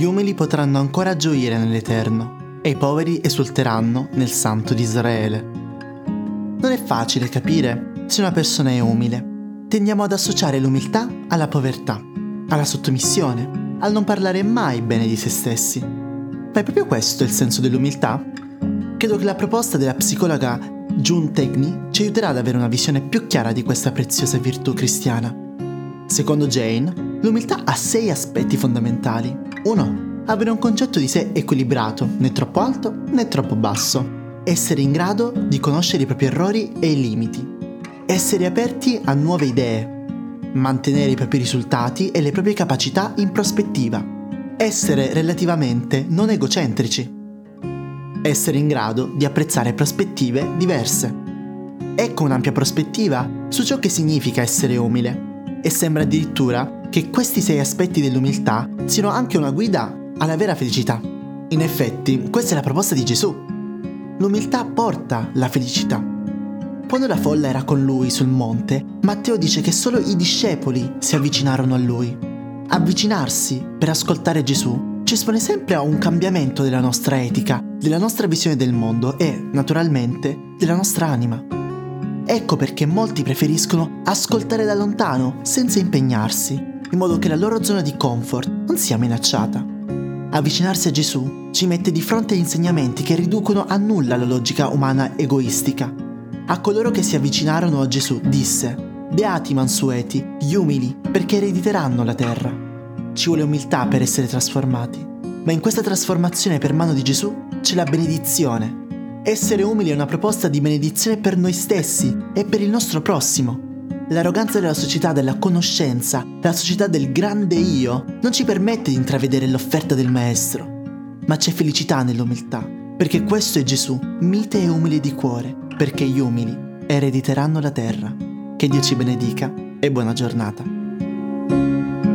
Gli umili potranno ancora gioire nell'Eterno e i poveri esulteranno nel Santo di Israele. Non è facile capire se una persona è umile. Tendiamo ad associare l'umiltà alla povertà, alla sottomissione, al non parlare mai bene di se stessi. Ma è proprio questo il senso dell'umiltà? Credo che la proposta della psicologa June Tegni ci aiuterà ad avere una visione più chiara di questa preziosa virtù cristiana. Secondo Jane, l'umiltà ha 6 aspetti fondamentali. 1. Avere un concetto di sé equilibrato, né troppo alto né troppo basso. Essere in grado di conoscere i propri errori e i limiti. Essere aperti a nuove idee. Mantenere i propri risultati e le proprie capacità in prospettiva. Essere relativamente non egocentrici. Essere in grado di apprezzare prospettive diverse. Ecco un'ampia prospettiva su ciò che significa essere umile. E sembra addirittura che questi 6 aspetti dell'umiltà siano anche una guida alla vera felicità. In effetti, questa è la proposta di Gesù. L'umiltà porta la felicità. Quando la folla era con lui sul monte, Matteo dice che solo i discepoli si avvicinarono a lui. Avvicinarsi per ascoltare Gesù ci espone sempre a un cambiamento della nostra etica, della nostra visione del mondo e, naturalmente, della nostra anima. Ecco perché molti preferiscono ascoltare da lontano, senza impegnarsi, in modo che la loro zona di comfort non sia minacciata. Avvicinarsi a Gesù ci mette di fronte a insegnamenti che riducono a nulla la logica umana egoistica. A coloro che si avvicinarono a Gesù disse: «Beati i mansueti, gli umili, perché erediteranno la terra». Ci vuole umiltà per essere trasformati, ma in questa trasformazione per mano di Gesù c'è la benedizione. Essere umili è una proposta di benedizione per noi stessi e per il nostro prossimo. L'arroganza della società della conoscenza, la società del grande io, non ci permette di intravedere l'offerta del Maestro. Ma c'è felicità nell'umiltà, perché questo è Gesù, mite e umile di cuore, perché gli umili erediteranno la terra. Che Dio ci benedica e buona giornata.